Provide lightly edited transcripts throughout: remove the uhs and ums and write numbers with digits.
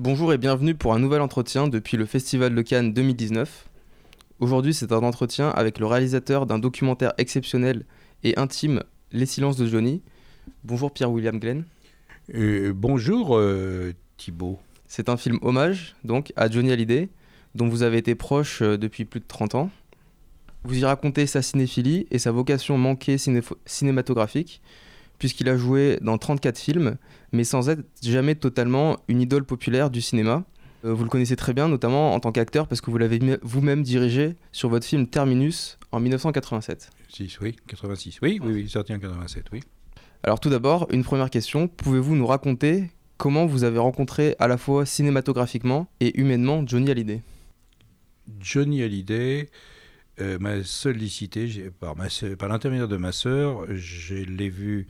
Bonjour et bienvenue pour un nouvel entretien depuis le Festival de Cannes 2019. Aujourd'hui, c'est un entretien avec le réalisateur d'un documentaire exceptionnel et intime, Les silences de Johnny. Bonjour Pierre-William Glenn. Bonjour Thibaut. C'est un film hommage donc à Johnny Hallyday, dont vous avez été proche depuis plus de 30 ans. Vous y racontez sa cinéphilie et sa vocation manquée cinématographique, puisqu'il a joué dans 34 films, mais sans être jamais totalement une idole populaire du cinéma. Vous le connaissez très bien, notamment en tant qu'acteur, parce que vous l'avez vous-même dirigé sur votre film Terminus en 1987. 86, oui, sorti en 87, oui. Alors tout d'abord, une première question, pouvez-vous nous raconter comment vous avez rencontré à la fois cinématographiquement et humainement Johnny Hallyday ? Johnny Hallyday m'a sollicité par l'intermédiaire de ma sœur. Je l'ai vu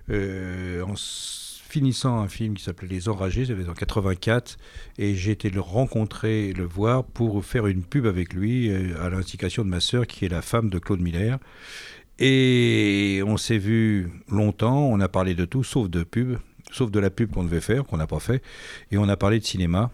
finissant un film qui s'appelait Les Enragés, c'était en 84, et j'ai été le rencontrer, le voir pour faire une pub avec lui à l'instication de ma sœur qui est la femme de Claude Miller. Et on s'est vu longtemps, on a parlé de tout sauf de pub, sauf de la pub qu'on devait faire, qu'on n'a pas fait, et on a parlé de cinéma,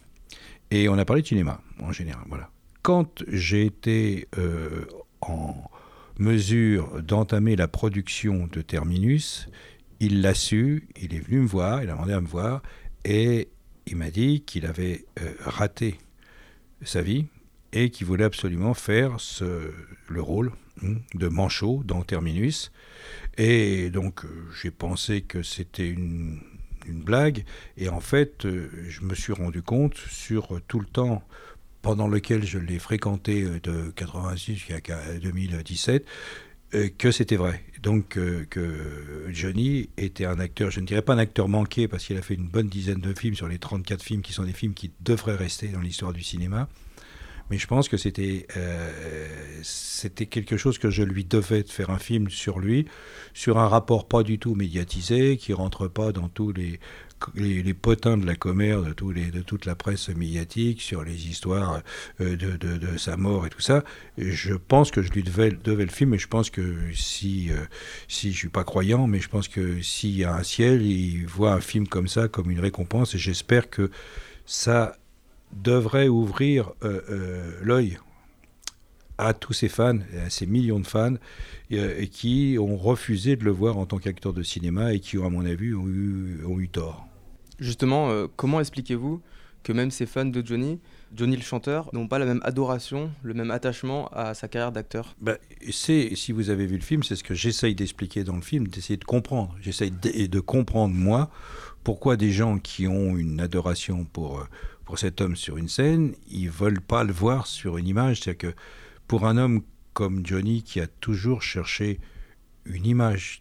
en général, voilà. Quand j'ai été en mesure d'entamer la production de Terminus, il l'a su, il est venu me voir, il a demandé à me voir, et il m'a dit qu'il avait raté sa vie et qu'il voulait absolument faire le rôle de Manchot dans Terminus. Et donc j'ai pensé que c'était une blague, et en fait je me suis rendu compte sur tout le temps pendant lequel je l'ai fréquenté de 86 jusqu'à 2017, que c'était vrai. Donc que Johnny était un acteur, je ne dirais pas un acteur manqué, parce qu'il a fait une bonne dizaine de films sur les 34 films qui sont des films qui devraient rester dans l'histoire du cinéma. Mais je pense que c'était quelque chose que je lui devais, de faire un film sur lui, sur un rapport pas du tout médiatisé, qui rentre pas dans tous les potins de la commère de toute la presse médiatique, sur les histoires de sa mort et tout ça. Je pense que je lui devais le film, et je pense que si je suis pas croyant, mais je pense que s'il y a un ciel, il voit un film comme ça comme une récompense, et j'espère que ça devrait ouvrir l'œil à tous ces fans, à ces millions de fans et qui ont refusé de le voir en tant qu'acteur de cinéma et qui, à mon avis, ont eu tort. Justement, comment expliquez-vous que même ces fans de Johnny le chanteur, n'ont pas la même adoration, le même attachement à sa carrière d'acteur ? Si vous avez vu le film, c'est ce que j'essaye d'expliquer dans le film, d'essayer de comprendre. J'essaye de comprendre, moi, pourquoi des gens qui ont une adoration pour cet homme sur une scène, ils ne veulent pas le voir sur une image. C'est-à-dire que pour un homme comme Johnny, qui a toujours cherché une image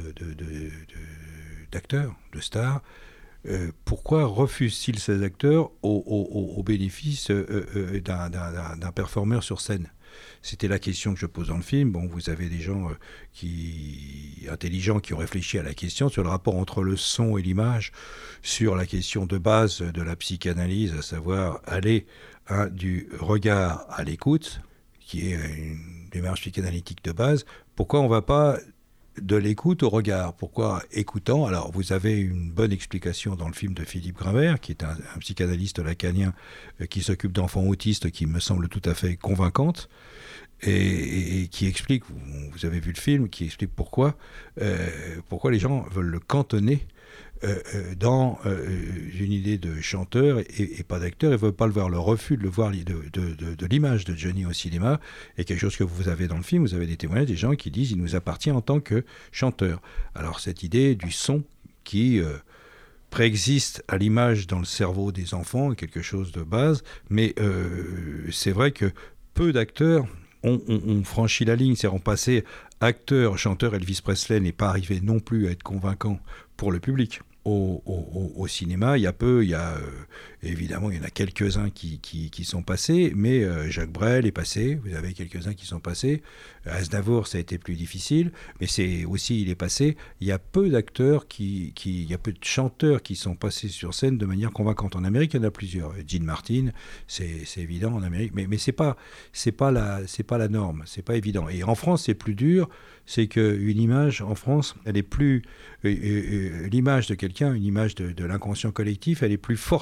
d'acteur, de star, pourquoi refuse-t-il ces acteurs au bénéfice d'un performeur sur scène ? C'était la question que je pose dans le film. Bon, vous avez des gens intelligents qui ont réfléchi à la question sur le rapport entre le son et l'image, sur la question de base de la psychanalyse, à savoir aller du regard à l'écoute, qui est une démarche psychanalytique de base. Pourquoi on ne va pas de l'écoute au regard? Pourquoi écoutant? Alors, vous avez une bonne explication dans le film de Philippe Grimbert, qui est un psychanalyste lacanien qui s'occupe d'enfants autistes, qui me semble tout à fait convaincante, et qui explique, vous avez vu le film, qui explique pourquoi les gens veulent le cantonner dans une idée de chanteur et pas d'acteur. Ils ne veulent pas le voir. Le refus de le voir de l'image de Johnny au cinéma est quelque chose que vous avez dans le film. Vous avez des témoignages des gens qui disent il nous appartient en tant que chanteur. Alors cette idée du son qui préexiste à l'image dans le cerveau des enfants est quelque chose de base, mais c'est vrai que peu d'acteurs ont franchi la ligne, c'est-à-dire ont passé acteur, chanteur. Elvis Presley n'est pas arrivé non plus à être convaincant pour le public. Au cinéma, évidemment, il y en a quelques-uns qui sont passés, mais Jacques Brel est passé, vous avez quelques-uns qui sont passés, Aznavour, ça a été plus difficile, mais il est passé. Il y a peu d'acteurs, il y a peu de chanteurs qui sont passés sur scène de manière convaincante. En Amérique, il y en a plusieurs. Gene Martin, c'est évident en Amérique, mais c'est pas la norme, c'est pas évident. Et en France, c'est plus dur. C'est qu'une image, en France, elle est plus... l'image de quelqu'un, une image de l'inconscient collectif, elle est plus forte en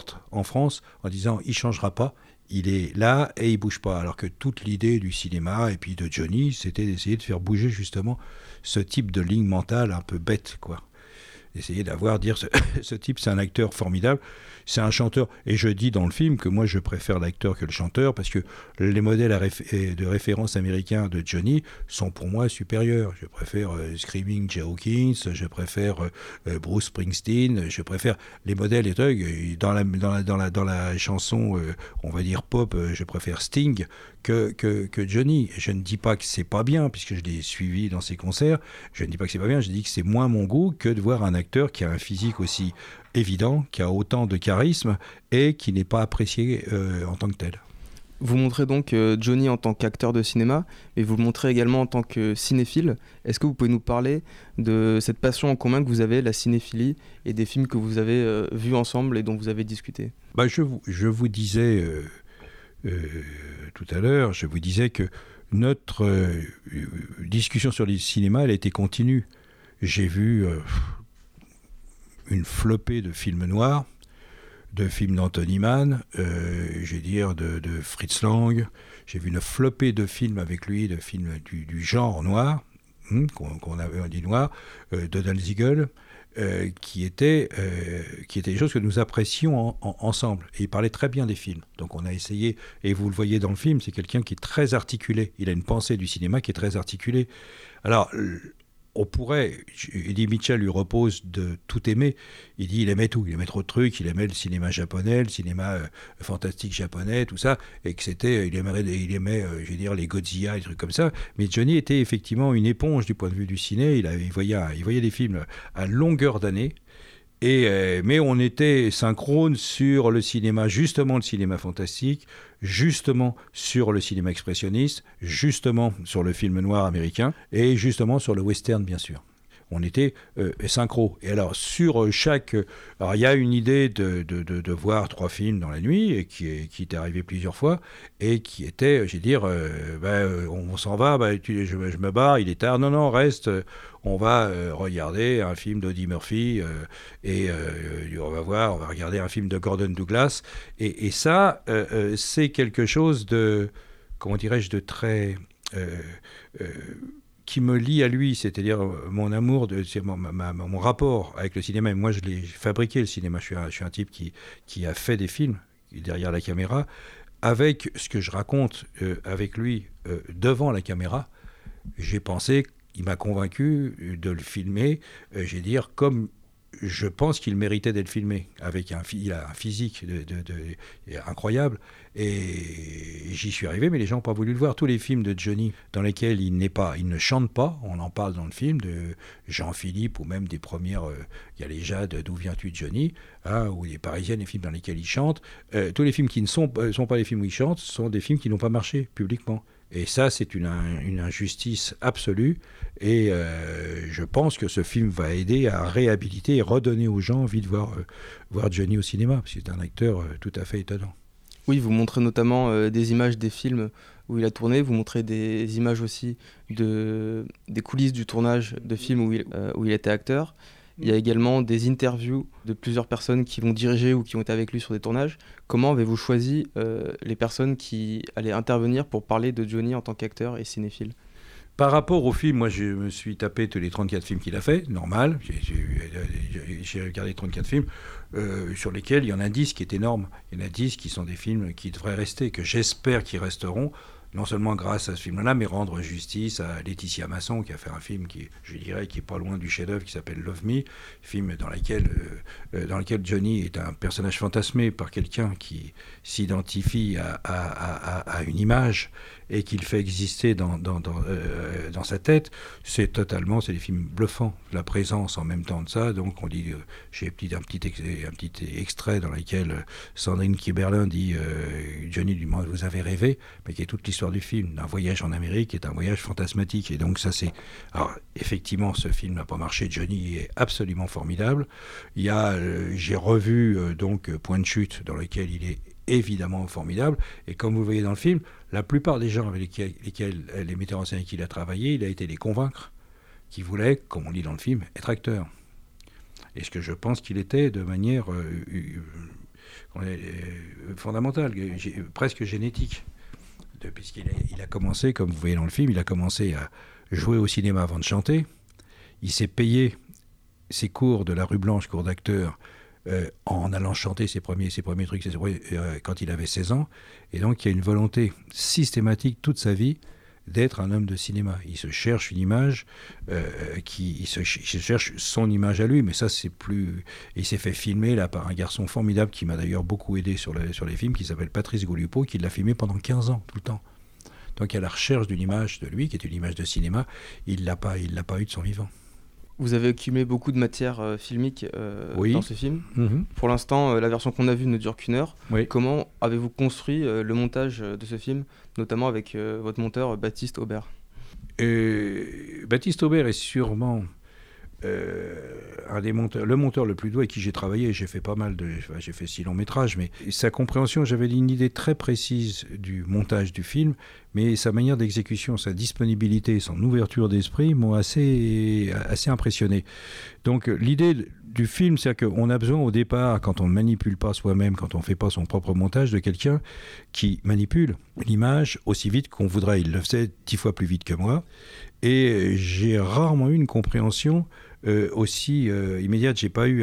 France en disant il changera pas, il est là et il bouge pas. Alors que toute l'idée du cinéma et puis de Johnny, c'était d'essayer de faire bouger justement ce type de ligne mentale un peu bête, quoi. Essayer dire ce type c'est un acteur formidable, c'est un chanteur, et je dis dans le film que moi je préfère l'acteur que le chanteur parce que les modèles de référence américains de Johnny sont pour moi supérieurs. Je préfère Screaming Jay Hawkins, je préfère Bruce Springsteen, je préfère les modèles dans la chanson on va dire pop, je préfère Sting que Johnny. Je ne dis pas que c'est pas bien puisque je l'ai suivi dans ses concerts, je ne dis pas que c'est pas bien, je dis que c'est moins mon goût que de voir un acteur qui a un physique aussi évident, qui a autant de charisme et qui n'est pas apprécié en tant que tel. Vous montrez donc Johnny en tant qu'acteur de cinéma, mais vous le montrez également en tant que cinéphile. Est-ce que vous pouvez nous parler de cette passion en commun que vous avez, la cinéphilie, et des films que vous avez vus ensemble et dont vous avez discuté ? Je vous disais tout à l'heure, je vous disais que notre discussion sur le cinéma, elle a été continue. J'ai vu une flopée de films noirs, de films d'Anthony Mann, de Fritz Lang. J'ai vu une flopée de films avec lui, de films du genre noir, qu'on avait dit noir, de Donald Siegel, qui étaient des choses que nous apprécions ensemble. Et il parlait très bien des films. Donc on a essayé, et vous le voyez dans le film, c'est quelqu'un qui est très articulé. Il a une pensée du cinéma qui est très articulée. Alors, on pourrait, Eddie Mitchell lui repose de tout aimer. Il dit il aimait tout, il aimait trop de trucs, il aimait le cinéma japonais, le cinéma fantastique japonais, tout ça, et que il aimait les Godzilla, des trucs comme ça. Mais Johnny était effectivement une éponge du point de vue du ciné. Il voyait des films à longueur d'année. Mais on était synchrone sur le cinéma, justement le cinéma fantastique, justement sur le cinéma expressionniste, justement sur le film noir américain et justement sur le western, bien sûr. On était synchro. Et alors, sur chaque... Alors, il y a une idée de voir 3 films dans la nuit, et qui est arrivé plusieurs fois, et qui était, on s'en va, je me barre, il est tard. Non, reste, on va regarder un film d'Audie Murphy, on va regarder un film de Gordon Douglas. Et ça, c'est quelque chose de, comment dirais-je, de très... qui me lie à lui, c'est-à-dire mon amour, mon rapport avec le cinéma. Et moi, je l'ai fabriqué, le cinéma. Je suis un type qui a fait des films derrière la caméra, avec ce que je raconte avec lui devant la caméra. J'ai pensé, il m'a convaincu de le filmer, comme je pense qu'il méritait d'être filmé. Il a un physique incroyable. Et j'y suis arrivé, mais les gens n'ont pas voulu le voir. Tous les films de Johnny dans lesquels il ne chante pas, on en parle dans le film, de Jean-Philippe, ou même des premières, il y a les Jades, D'où viens-tu Johnny, ou les Parisiennes, les films dans lesquels il chante. Tous les films qui ne sont pas les films où il chante, sont des films qui n'ont pas marché publiquement. Et ça, c'est une injustice absolue. Et je pense que ce film va aider à réhabiliter et redonner aux gens envie de voir Johnny au cinéma, parce que c'est un acteur tout à fait étonnant. Oui, vous montrez notamment des images des films où il a tourné, vous montrez des images aussi des coulisses du tournage de films où il était acteur. Il y a également des interviews de plusieurs personnes qui vont diriger ou qui ont été avec lui sur des tournages. Comment avez-vous choisi les personnes qui allaient intervenir pour parler de Johnny en tant qu'acteur et cinéphile ? Par rapport au film, moi je me suis tapé tous les 34 films qu'il a fait, normal. J'ai regardé 34 films sur lesquels il y en a 10 qui est énorme. Il y en a 10 qui sont des films qui devraient rester, que j'espère qu'ils resteront. Non seulement grâce à ce film-là, mais rendre justice à Laetitia Masson, qui a fait un film qui est pas loin du chef-d'œuvre, qui s'appelle Love Me, film dans lequel Johnny est un personnage fantasmé par quelqu'un qui s'identifie à une image et qu'il fait exister dans sa tête. C'est des films bluffants, la présence en même temps de ça. Donc on dit, j'ai un petit extrait dans lequel Sandrine Kiberlin dit, Johnny lui demande, vous avez rêvé, mais qui est toute l'histoire du film, d'un voyage en Amérique, qui est un voyage fantasmatique. Et donc ça c'est... Alors effectivement, ce film n'a pas marché, Johnny est absolument formidable. J'ai revu Point de chute, dans lequel il est évidemment formidable, et comme vous le voyez dans le film, la plupart des gens avec lesquels les metteurs en scène avec qui il a travaillé, il a été les convaincre qu'il voulait, comme on lit dans le film, être acteur. Et ce que je pense qu'il était de manière fondamentale, presque génétique. Puisqu'il a commencé, comme vous voyez dans le film, il a commencé à jouer au cinéma avant de chanter. Il s'est payé ses cours de la rue Blanche, cours d'acteur, en allant chanter ses premiers trucs quand il avait 16 ans. Et donc, il y a une volonté systématique toute sa vie d'être un homme de cinéma. Il se cherche une image, il se cherche son image à lui, mais ça, c'est plus... Il s'est fait filmer là, par un garçon formidable qui m'a d'ailleurs beaucoup aidé sur les films, qui s'appelle Patrice Golupo, qui l'a filmé pendant 15 ans, tout le temps. Donc, à la recherche d'une image de lui, qui est une image de cinéma, il l'a pas eu de son vivant. Vous avez accumulé beaucoup de matière filmique dans ce film. Mm-hmm. Pour l'instant, la version qu'on a vue ne dure qu'une heure. Oui. Comment avez-vous construit le montage de ce film, notamment avec votre monteur Baptiste Aubert? Baptiste Aubert est sûrement le monteur le plus doué avec qui j'ai travaillé. J'ai fait j'ai fait 6 longs métrages, mais sa compréhension, j'avais une idée très précise du montage du film, mais sa manière d'exécution, sa disponibilité, son ouverture d'esprit m'ont assez impressionné. Donc l'idée du film, c'est qu'on a besoin au départ, quand on ne manipule pas soi-même, quand on ne fait pas son propre montage, de quelqu'un qui manipule l'image aussi vite qu'on voudrait. Il le faisait 10 fois plus vite que moi. Et j'ai rarement eu une compréhension aussi immédiate. J'ai pas eu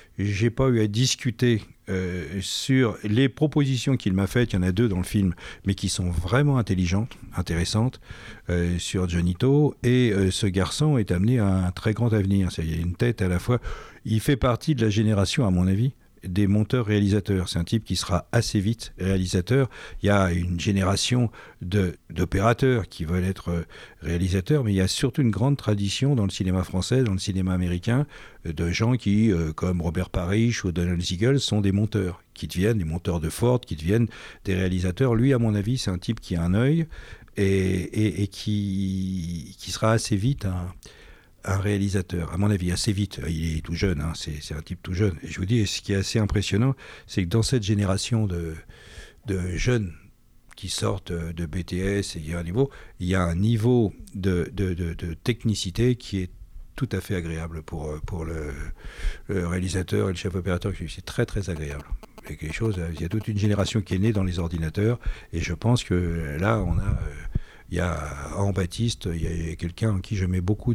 à discuter sur les propositions qu'il m'a faites. Il y en a 2 dans le film, mais qui sont vraiment intelligentes, intéressantes, sur Johnito. Et ce garçon est amené à un très grand avenir. Il y a une tête à la fois. Il fait partie de la génération, à mon avis, des monteurs-réalisateurs. C'est un type qui sera assez vite réalisateur. Il y a une génération d'opérateurs qui veulent être réalisateurs, mais il y a surtout une grande tradition dans le cinéma français, dans le cinéma américain, de gens qui, comme Robert Parrish ou Donald Siegel, sont des monteurs, qui deviennent des monteurs de Ford, qui deviennent des réalisateurs. Lui, à mon avis, c'est un type qui a un œil et qui sera assez vite un réalisateur, à mon avis, assez vite. Il est tout jeune, hein, c'est un type tout jeune. Et je vous dis, ce qui est assez impressionnant, c'est que dans cette génération de jeunes qui sortent de BTS, il y a un niveau de technicité qui est tout à fait agréable pour le réalisateur et le chef opérateur. C'est très, très agréable. Il y a toute une génération qui est née dans les ordinateurs, et je pense que là, il y a en Baptiste, il y a quelqu'un en qui je mets beaucoup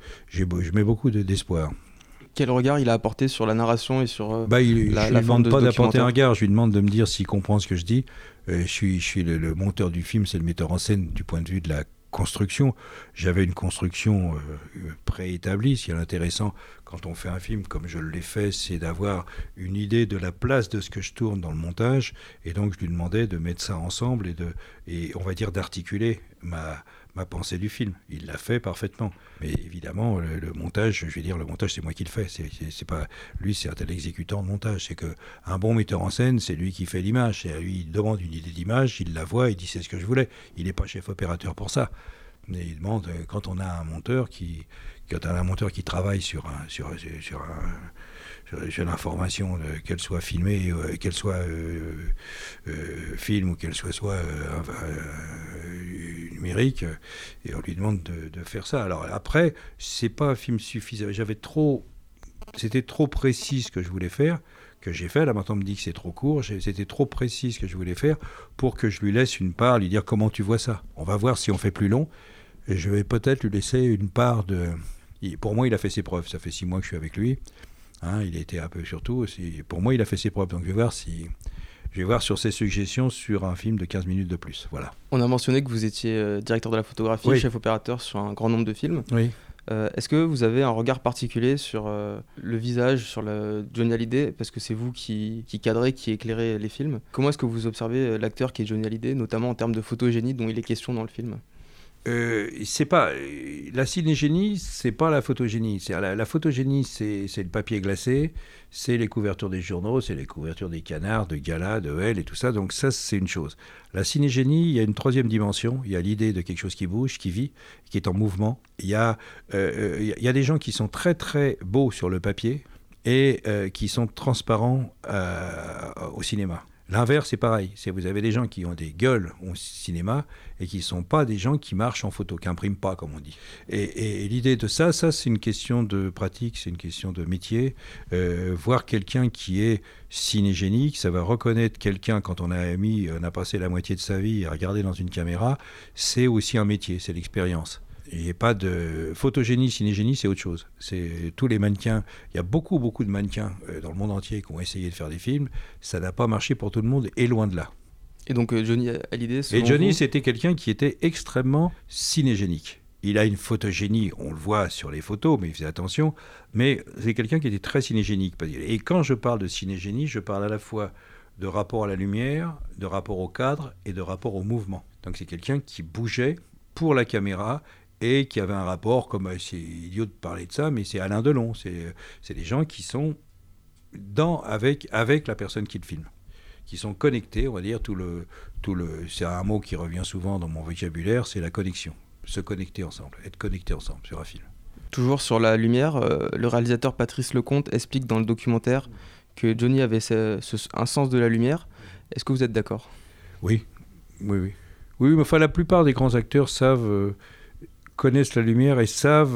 d'espoir. Quel regard il a apporté sur la narration et sur je lui demande pas d'apporter un regard, je lui demande de me dire s'il comprend ce que je dis. Je suis le monteur du film, c'est le metteur en scène du point de vue de la construction. J'avais une construction préétablie. Ce qui est intéressant quand on fait un film comme je l'ai fait, c'est d'avoir une idée de la place de ce que je tourne dans le montage, et donc je lui demandais de mettre ça ensemble et on va dire d'articuler ma pensée du film. Il l'a fait parfaitement. Mais évidemment, le montage, le montage, c'est moi qui le fais. C'est pas lui, c'est un tel exécutant de montage. C'est que un bon metteur en scène, c'est lui qui fait l'image. C'est lui, il demande une idée d'image, il la voit, il dit c'est ce que je voulais. Il n'est pas chef opérateur pour ça. Mais il demande, quand on a un monteur qui travaille sur l'information, qu'elle soit filmée, qu'elle soit film ou qu'elle soit numérique, et on lui demande de faire ça. Alors après, c'est pas un film suffisant. C'était trop précis ce que je voulais faire, que j'ai fait. Là maintenant on me dit que c'est trop court. C'était trop précis ce que je voulais faire pour que je lui laisse une part, lui dire comment tu vois ça. On va voir si on fait plus long. Et je vais peut-être lui laisser une part de... Pour moi, il a fait ses preuves. Ça fait 6 mois que je suis avec lui. Il a été un peu surtout aussi. Pour moi, il a fait ses preuves. Donc je vais voir sur ses suggestions sur un film de 15 minutes de plus. Voilà. On a mentionné que vous étiez directeur de la photographie, oui. Chef opérateur sur un grand nombre de films. Oui. Est-ce que vous avez un regard particulier sur le visage, sur Johnny Hallyday, parce que c'est vous qui cadrez, qui éclairez les films. Comment est-ce que vous observez l'acteur qui est Johnny Hallyday, notamment en termes de photogénie dont il est question dans le film ? C'est pas la cinégénie, c'est pas la photogénie. La photogénie, c'est le papier glacé, c'est les couvertures des journaux, c'est les couvertures des canards, de Gala, de Elle et tout ça. Donc ça, c'est une chose. La cinégénie, il y a une troisième dimension. Il y a l'idée de quelque chose qui bouge, qui vit, qui est en mouvement. Il y a des gens qui sont très très beaux sur le papier et qui sont transparents au cinéma. L'inverse, c'est pareil. Vous avez des gens qui ont des gueules au cinéma et qui ne sont pas des gens qui marchent en photo, qui n'impriment pas, comme on dit. Et l'idée de ça, c'est une question de pratique, c'est une question de métier. Voir quelqu'un qui est cinégénique, ça va reconnaître quelqu'un quand on a passé la moitié de sa vie à regarder dans une caméra, c'est aussi un métier, c'est l'expérience. Il n'y a pas de photogénie, cinégénie, c'est autre chose. C'est tous les mannequins. Il y a beaucoup de mannequins dans le monde entier qui ont essayé de faire des films. Ça n'a pas marché pour tout le monde, et loin de là. Et donc Johnny Hallyday, et Johnny, c'était quelqu'un qui était extrêmement cinégénique. Il a une photogénie, on le voit sur les photos, mais il faisait attention. Mais c'est quelqu'un qui était très cinégénique. Et quand je parle de cinégénie, je parle à la fois de rapport à la lumière, de rapport au cadre et de rapport au mouvement. Donc c'est quelqu'un qui bougeait pour la caméra et qui avait un rapport, comme c'est idiot de parler de ça, mais c'est Alain Delon. C'est des gens qui sont avec la personne qui le filme, qui sont connectés, on va dire, c'est un mot qui revient souvent dans mon vocabulaire, c'est la connexion. Se connecter ensemble, être connectés ensemble sur un film. Toujours sur la lumière, le réalisateur Patrice Lecomte explique dans le documentaire que Johnny avait un sens de la lumière. Est-ce que vous êtes d'accord ? Oui, mais enfin, la plupart des grands acteurs connaissent la lumière et savent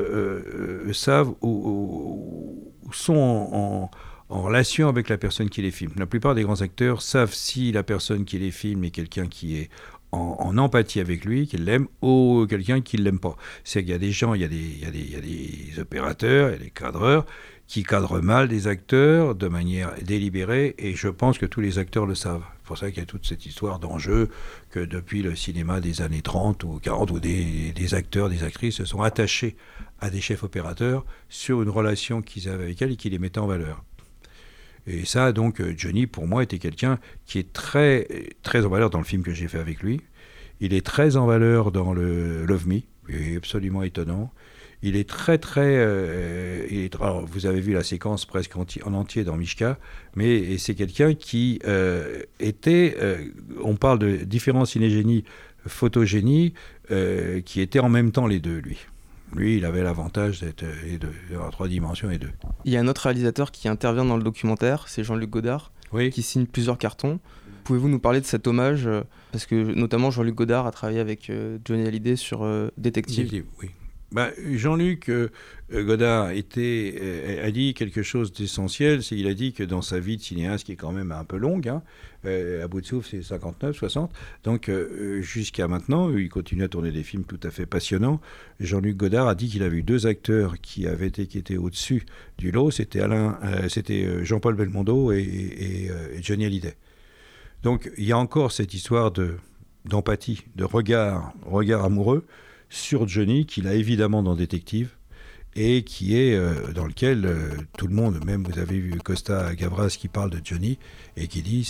ou sont en relation avec la personne qui les filme. La plupart des grands acteurs savent si la personne qui les filme est quelqu'un qui est en empathie avec lui, qu'il l'aime, ou quelqu'un qui ne l'aime pas. C'est qu'il y a des gens, il y a des opérateurs, il y a des cadreurs qui cadrent mal des acteurs de manière délibérée, et je pense que tous les acteurs le savent. C'est pour ça qu'il y a toute cette histoire d'enjeu que depuis le cinéma des années 30 ou 40, où des acteurs, des actrices se sont attachés à des chefs opérateurs sur une relation qu'ils avaient avec elles et qui les mettaient en valeur. Et ça, donc, Johnny, pour moi, était quelqu'un qui est très, très en valeur dans le film que j'ai fait avec lui. Il est très en valeur dans le Love Me, il est absolument étonnant. Il est très, très... alors, vous avez vu la séquence presque en entier dans Mishka, mais c'est quelqu'un qui était... on parle de différents cinégénies, photogénie, qui étaient en même temps les deux, lui. Lui, il avait l'avantage d'être en 3 dimensions et 2. Il y a un autre réalisateur qui intervient dans le documentaire, c'est Jean-Luc Godard, qui signe plusieurs cartons. Pouvez-vous nous parler de cet hommage ? Parce que notamment Jean-Luc Godard a travaillé avec Johnny Hallyday sur Détective. Oui. Jean-Luc Godard a dit quelque chose d'essentiel, c'est qu'il a dit que dans sa vie de cinéaste, qui est quand même un peu longue, à bout de souffle, c'est 59, 60, donc jusqu'à maintenant, il continue à tourner des films tout à fait passionnants. Jean-Luc Godard a dit qu'il avait eu 2 acteurs qui étaient au-dessus du lot, c'était Jean-Paul Belmondo et Johnny Hallyday. Donc il y a encore cette histoire d'empathie, de regard amoureux sur Johnny, qu'il a évidemment dans Détective, et qui est dans lequel tout le monde, même vous avez vu Costa Gavras qui parle de Johnny, et qui dit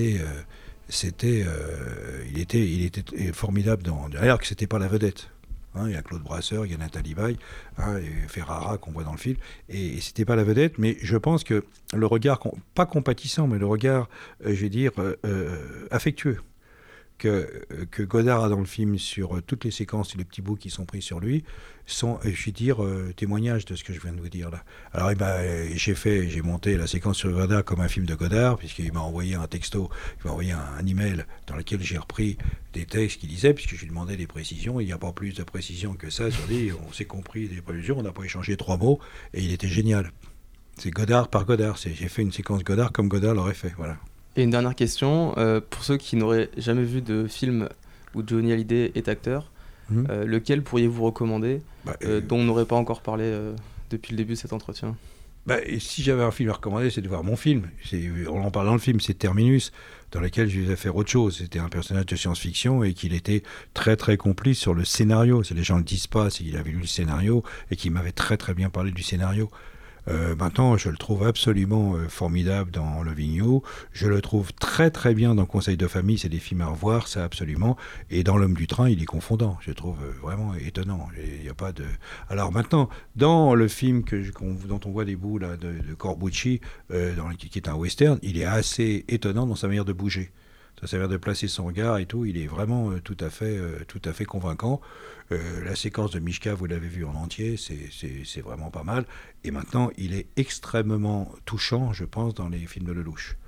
il était formidable d'ailleurs que c'était pas la vedette. Il y a Claude Brasseur, il y a Nathalie Baye, et Ferrara qu'on voit dans le film, et c'était pas la vedette, mais je pense que le regard, pas compatissant, mais le regard, affectueux, que Godard a dans le film sur toutes les séquences et les petits bouts qui sont pris sur lui sont, témoignages de ce que je viens de vous dire là. Alors j'ai monté la séquence sur Godard comme un film de Godard, puisqu'il m'a envoyé un texto, il m'a envoyé un email dans lequel j'ai repris des textes qu'il disait, puisque je lui demandais des précisions. Il n'y a pas plus de précisions que ça sur lui, on s'est compris des précisions, on n'a pas échangé 3 mots, et il était génial. C'est Godard par Godard, j'ai fait une séquence Godard comme Godard l'aurait fait, voilà. Et une dernière question, pour ceux qui n'auraient jamais vu de film où Johnny Hallyday est acteur, lequel pourriez-vous recommander, dont on n'aurait pas encore parlé depuis le début de cet entretien ? Si j'avais un film à recommander, c'est de voir mon film. On en parle dans le film, c'est Terminus, dans lequel je vais faire autre chose. C'était un personnage de science-fiction et qu'il était très très complice sur le scénario. Les gens ne le disent pas, c'est qu'il avait lu le scénario et qu'il m'avait très très bien parlé du scénario. Maintenant, je le trouve absolument formidable dans Le Vigneault. Je le trouve très très bien dans Conseil de famille. C'est des films à revoir, ça absolument. Et dans L'Homme du train, il est confondant. Je le trouve vraiment étonnant. Il y a pas de. Alors maintenant, dans le film dont on voit des bouts là de Corbucci, qui est un western, il est assez étonnant dans sa manière de bouger. Ça manière de placer son regard et tout, il est vraiment tout à fait convaincant. La séquence de Mishka, vous l'avez vu en entier, c'est vraiment pas mal. Et maintenant, il est extrêmement touchant, je pense, dans les films de Lelouch.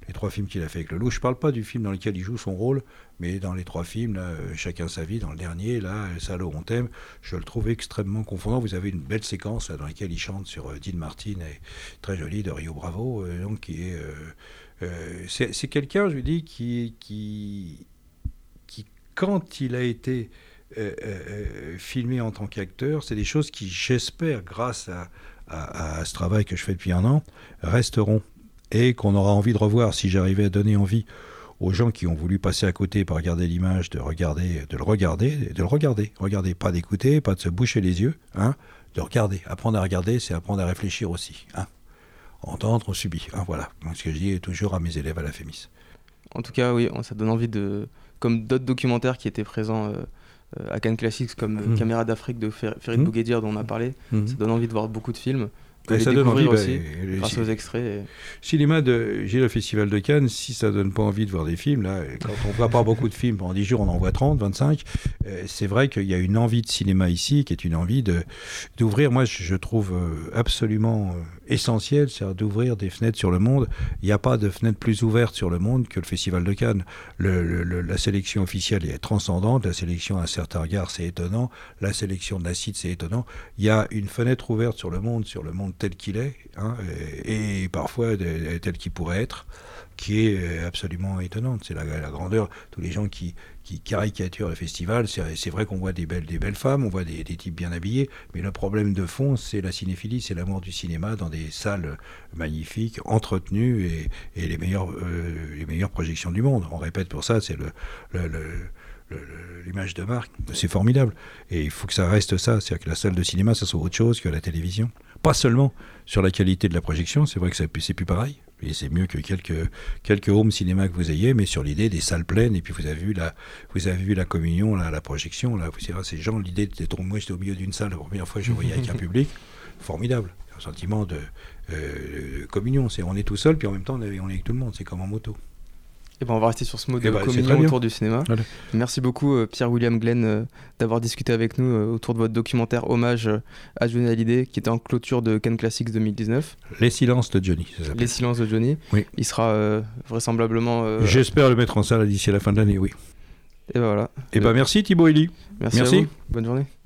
les 3 films qu'il a fait avec Lelouch. Je parle pas du film dans lequel il joue son rôle, mais dans les 3 films, là, Chacun sa vie, dans le dernier, là, Salaud, on t'aime, je le trouve extrêmement confondant. Vous avez une belle séquence là, dans laquelle il chante sur Dean Martin, et très jolie, de Rio Bravo, donc qui est... c'est quelqu'un, je lui dis, qui, quand il a été filmé en tant qu'acteur, c'est des choses qui, j'espère, grâce à ce travail que je fais depuis un an, resteront et qu'on aura envie de revoir. Si j'arrivais à donner envie aux gens qui ont voulu passer à côté pour regarder l'image, de le regarder, pas d'écouter, pas de se boucher les yeux, hein, de regarder. Apprendre à regarder, c'est apprendre à réfléchir aussi, hein. Entendre, on subit, hein, voilà. Donc, ce que je dis toujours à mes élèves à la FEMIS. En tout cas, oui, ça donne envie de... Comme d'autres documentaires qui étaient présents à Cannes Classics, comme Caméra d'Afrique de Ferid Bouguedir, dont on a parlé, ça donne envie de voir beaucoup de films. Et ça donne envie aussi, grâce aux extraits. Cinéma j'ai le Festival de Cannes, si ça donne pas envie de voir des films, là, quand on voit pas beaucoup de films, pendant 10 jours on en voit 30, 25, c'est vrai qu'il y a une envie de cinéma ici, qui est une envie d'ouvrir, moi je trouve absolument essentiel, c'est-à-dire d'ouvrir des fenêtres sur le monde. Il n'y a pas de fenêtre plus ouverte sur le monde que le Festival de Cannes. La sélection officielle est transcendante, la sélection à un certain regard c'est étonnant, la sélection de la CID c'est étonnant. Il y a une fenêtre ouverte sur le monde tel qu'il est, hein, et parfois tel qu'il pourrait être, qui est absolument étonnante. C'est la grandeur. Tous les gens qui caricaturent le festival, c'est vrai qu'on voit des belles femmes, on voit des types bien habillés, mais le problème de fond, c'est la cinéphilie, c'est l'amour du cinéma dans des salles magnifiques, entretenues, et les meilleures projections du monde. On répète pour ça, c'est l'image de marque, c'est formidable. Et il faut que ça reste ça, c'est-à-dire que la salle de cinéma, ça soit autre chose que la télévision. Pas seulement sur la qualité de la projection, c'est vrai que c'est plus pareil, et c'est mieux que quelques home cinéma que vous ayez, mais sur l'idée des salles pleines, et puis vous avez vu la communion, la projection, là, vous savez, ces gens, l'idée d'être, moi j'étais au milieu d'une salle, la première fois que je voyais avec un public, formidable, un sentiment de communion, on est tout seul, puis en même temps on est avec tout le monde, c'est comme en moto. Et ben on va rester sur ce mot de communion autour du cinéma. Voilà. Merci beaucoup Pierre-William Glenn d'avoir discuté avec nous autour de votre documentaire hommage à Johnny Hallyday qui était en clôture de Cannes Classics 2019. Les silences de Johnny, ça s'appelle. Les silences de Johnny. Oui. Il sera vraisemblablement... J'espère le mettre en salle d'ici à la fin de l'année, oui. Et ben voilà. Et ben merci Thibaut Elie. Merci. À vous. Bonne journée.